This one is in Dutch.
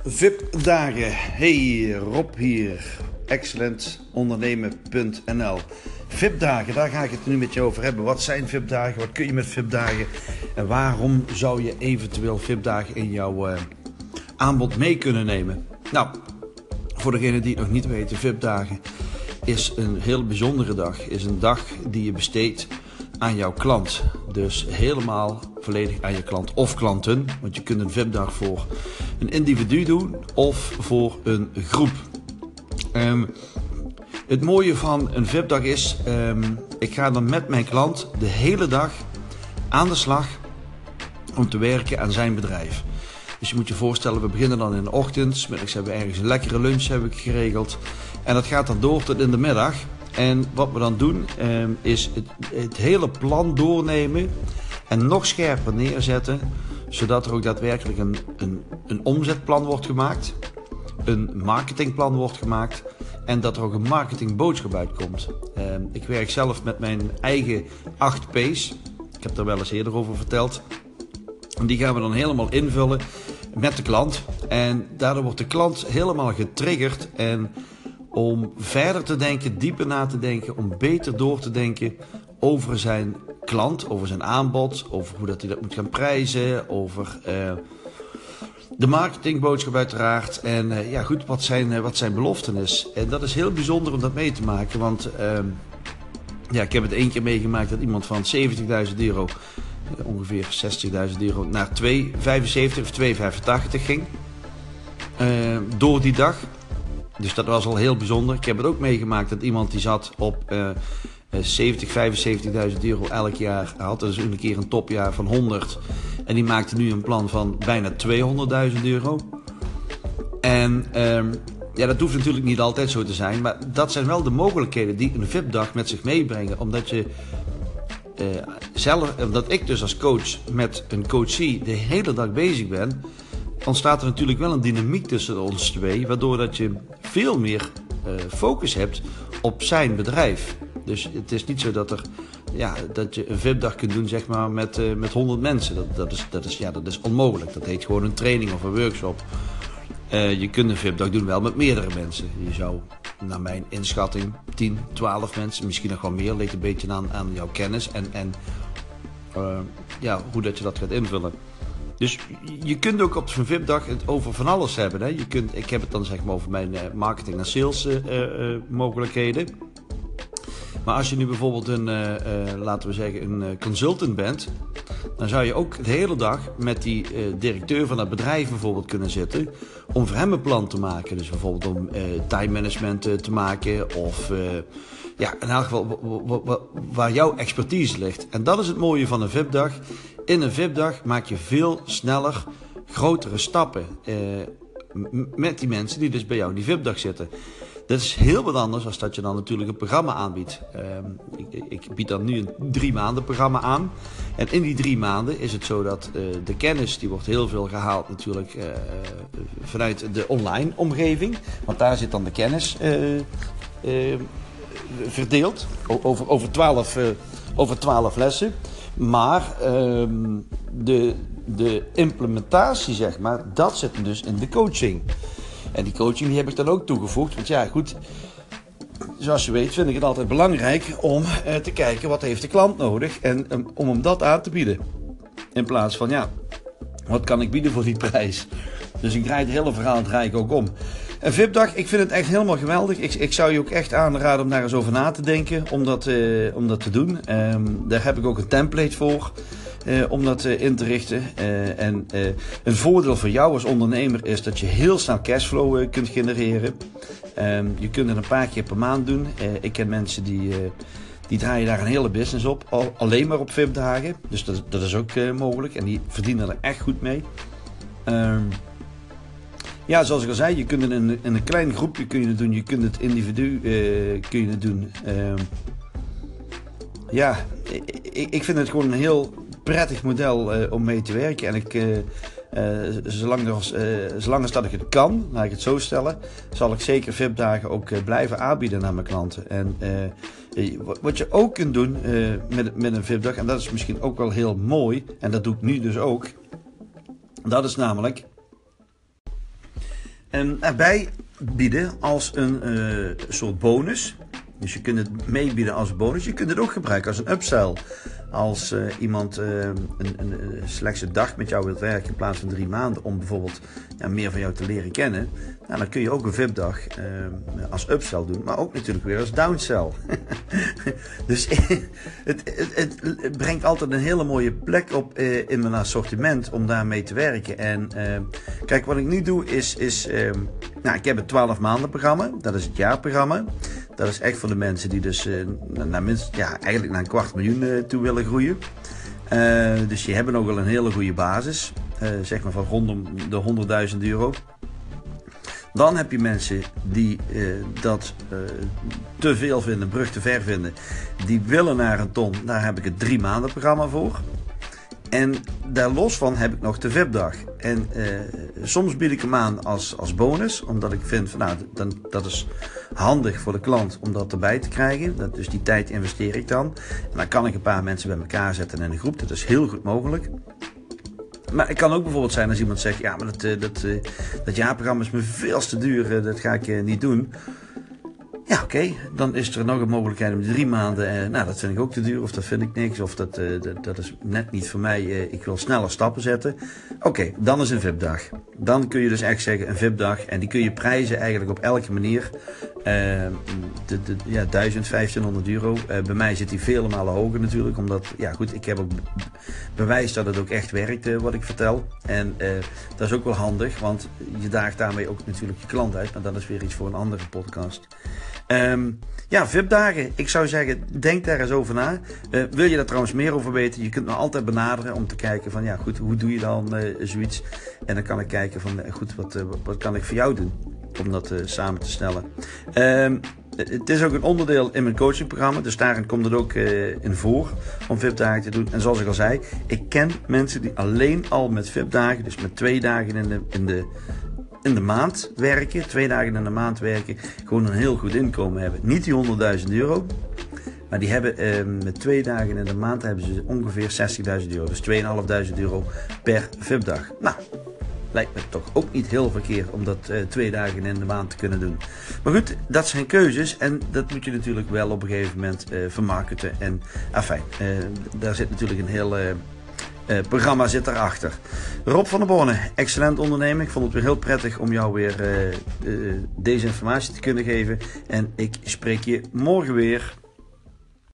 VIP-dagen. Hey, Rob hier. Excellentondernemen.nl. VIP-dagen, daar ga ik het nu met je over hebben. Wat zijn VIP-dagen? Wat kun je met VIP-dagen? En waarom zou je eventueel VIP-dagen in jouw aanbod mee kunnen nemen? Nou, voor degenen die het nog niet weten, VIP-dagen is een heel bijzondere dag. Is een dag die je besteedt aan jouw klant. Dus helemaal volledig aan je klant of klanten. Want je kunt een VIP-dag voor een individu doen of voor een groep. Het mooie van een VIP-dag is, ik ga dan met mijn klant de hele dag aan de slag om te werken aan zijn bedrijf. Dus je moet je voorstellen, we beginnen dan in de ochtend. 's middags hebben we ergens een lekkere lunch geregeld. En dat gaat dan door tot in de middag. En wat we dan doen, is het hele plan doornemen en nog scherper neerzetten, zodat er ook daadwerkelijk een omzetplan wordt gemaakt, een marketingplan wordt gemaakt en dat er ook een marketingboodschap uitkomt. Ik werk zelf met mijn eigen 8 P's. Ik heb daar wel eens eerder over verteld. En die gaan we dan helemaal invullen met de klant. En daardoor wordt de klant helemaal getriggerd en om verder te denken, dieper na te denken, om beter door te denken over zijn klant, over zijn aanbod, over hoe dat hij dat moet gaan prijzen, over de marketingboodschap uiteraard en wat zijn beloften is. En dat is heel bijzonder om dat mee te maken, want ik heb het 1 keer meegemaakt dat iemand van €70.000, ongeveer €60.000, naar 2,75 of 2,85 ging door die dag. Dus dat was al heel bijzonder. Ik heb het ook meegemaakt dat iemand die zat op €75.000 elk jaar. Hij had dus een keer een topjaar van 100. En die maakte nu een plan van bijna €200.000. En dat hoeft natuurlijk niet altijd zo te zijn. Maar dat zijn wel de mogelijkheden die een VIP-dag met zich meebrengen. Omdat omdat ik dus als coach met een coachie de hele dag bezig ben, ontstaat er natuurlijk wel een dynamiek tussen ons twee, waardoor dat je veel meer focus hebt op zijn bedrijf. Dus het is niet zo dat je een VIP-dag kunt doen zeg maar met 100 mensen. Dat is onmogelijk. Dat heet gewoon een training of een workshop. Je kunt een VIP-dag doen wel met meerdere mensen. Je zou naar mijn inschatting 10, 12 mensen, misschien nog wel meer, ligt een beetje aan jouw kennis en hoe dat je dat gaat invullen. Dus je kunt ook op zo'n VIP-dag het over van alles hebben. Hè? Ik heb het dan zeg maar over mijn marketing- en sales mogelijkheden. Maar als je nu bijvoorbeeld een consultant bent, dan zou je ook de hele dag met die directeur van het bedrijf bijvoorbeeld kunnen zitten om voor hem een plan te maken. Dus bijvoorbeeld om time management te maken of in elk geval waar jouw expertise ligt. En dat is het mooie van een VIP-dag. In een VIP-dag maak je veel sneller grotere stappen met die mensen die dus bij jou in die VIP-dag zitten. Dat is heel wat anders dan dat je dan natuurlijk een programma aanbiedt. Ik bied dan nu een 3 maanden programma aan. En in die 3 maanden is het zo dat de kennis, die wordt heel veel gehaald natuurlijk vanuit de online omgeving. Want daar zit dan de kennis verdeeld over 12 lessen. Maar de implementatie, zeg maar, dat zit dus in de coaching. En die coaching die heb ik dan ook toegevoegd. Want ja, goed, zoals je weet vind ik het altijd belangrijk om te kijken wat heeft de klant nodig. En om hem dat aan te bieden. In plaats van, wat kan ik bieden voor die prijs? Dus ik draai het hele verhaal ook om. Een VIP-dag, ik vind het echt helemaal geweldig. Ik zou je ook echt aanraden om daar eens over na te denken. Om dat te doen. Daar heb ik ook een template voor. Om dat in te richten. Een voordeel voor jou als ondernemer is dat je heel snel cashflow kunt genereren. Je kunt het een paar keer per maand doen. Ik ken mensen die draaien daar een hele business op. Alleen maar op VIP-dagen. Dus dat is ook mogelijk. En die verdienen er echt goed mee. Zoals ik al zei, je kunt het in een klein groepje kun je het doen. Je kunt het individu kun je het doen. Ik vind het gewoon een heel prettig model om mee te werken. En zolang als dat ik het kan, laat ik het zo stellen, zal ik zeker VIP-dagen ook blijven aanbieden aan mijn klanten. En wat je ook kunt doen met een VIP-dag, en dat is misschien ook wel heel mooi, en dat doe ik nu dus ook, dat is namelijk erbij bieden als een soort bonus. Dus je kunt het meebieden als bonus. Je kunt het ook gebruiken als een upsell. Als iemand slechts een dag met jou wilt werken in plaats van 3 maanden om bijvoorbeeld meer van jou te leren kennen. Nou, dan kun je ook een VIP-dag als upsell doen, maar ook natuurlijk weer als downsell. Dus het brengt altijd een hele mooie plek op in mijn assortiment om daarmee te werken. En kijk, wat ik nu doe is ik heb het 12 maanden programma. Dat is het jaarprogramma. Dat is echt voor de mensen die dus eigenlijk naar $250.000 toe willen groeien. Dus die hebben ook wel een hele goede basis. Zeg maar van rondom de €100.000. Dan heb je mensen die dat te veel vinden, brug te ver vinden. Die willen naar een ton. Daar heb ik het 3 maanden programma voor. En daar los van heb ik nog de VIP-dag. En soms bied ik hem aan als bonus. Omdat ik vind, dat is handig voor de klant om dat erbij te krijgen. Dus die tijd investeer ik dan. En dan kan ik een paar mensen bij elkaar zetten in een groep. Dat is heel goed mogelijk. Maar het kan ook bijvoorbeeld zijn als iemand zegt, ja, maar dat jaarprogramma is me veel te duur. Dat ga ik niet doen. Ja, oké. Dan is er nog een mogelijkheid om 3 maanden. Dat vind ik ook te duur, of dat vind ik niks, of dat is net niet voor mij. Ik wil sneller stappen zetten. Oké, dan is een VIP-dag. Dan kun je dus echt zeggen een VIP-dag. En die kun je prijzen eigenlijk op elke manier. €1.000, €1.500. Bij mij zit die vele malen hoger natuurlijk. Omdat, ik heb ook bewijs dat het ook echt werkt wat ik vertel. En dat is ook wel handig, want je daagt daarmee ook natuurlijk je klant uit. Maar dat is weer iets voor een andere podcast. VIP-dagen. Ik zou zeggen, denk daar eens over na. Wil je daar trouwens meer over weten? Je kunt me altijd benaderen om te kijken van, hoe doe je dan zoiets? En dan kan ik kijken van, wat kan ik voor jou doen? Om dat samen te stellen. Het is ook een onderdeel in mijn coachingprogramma. Dus daarin komt het ook in voor om VIP-dagen te doen. En zoals ik al zei, ik ken mensen die alleen al met VIP-dagen, dus met 2 dagen in de maand werken, 2 dagen in de maand werken, gewoon een heel goed inkomen hebben. Niet die €100.000, maar die hebben met 2 dagen in de maand hebben ze ongeveer €60.000. Dus €2.500 per VIP-dag. Nou, lijkt me toch ook niet heel verkeerd om dat 2 dagen in de maand te kunnen doen. Maar goed, dat zijn keuzes en dat moet je natuurlijk wel op een gegeven moment vermarkten. En daar zit natuurlijk een heel programma zit daarachter. Rob van der Borne, excellent ondernemer. Ik vond het weer heel prettig om jou weer deze informatie te kunnen geven. En ik spreek je morgen weer.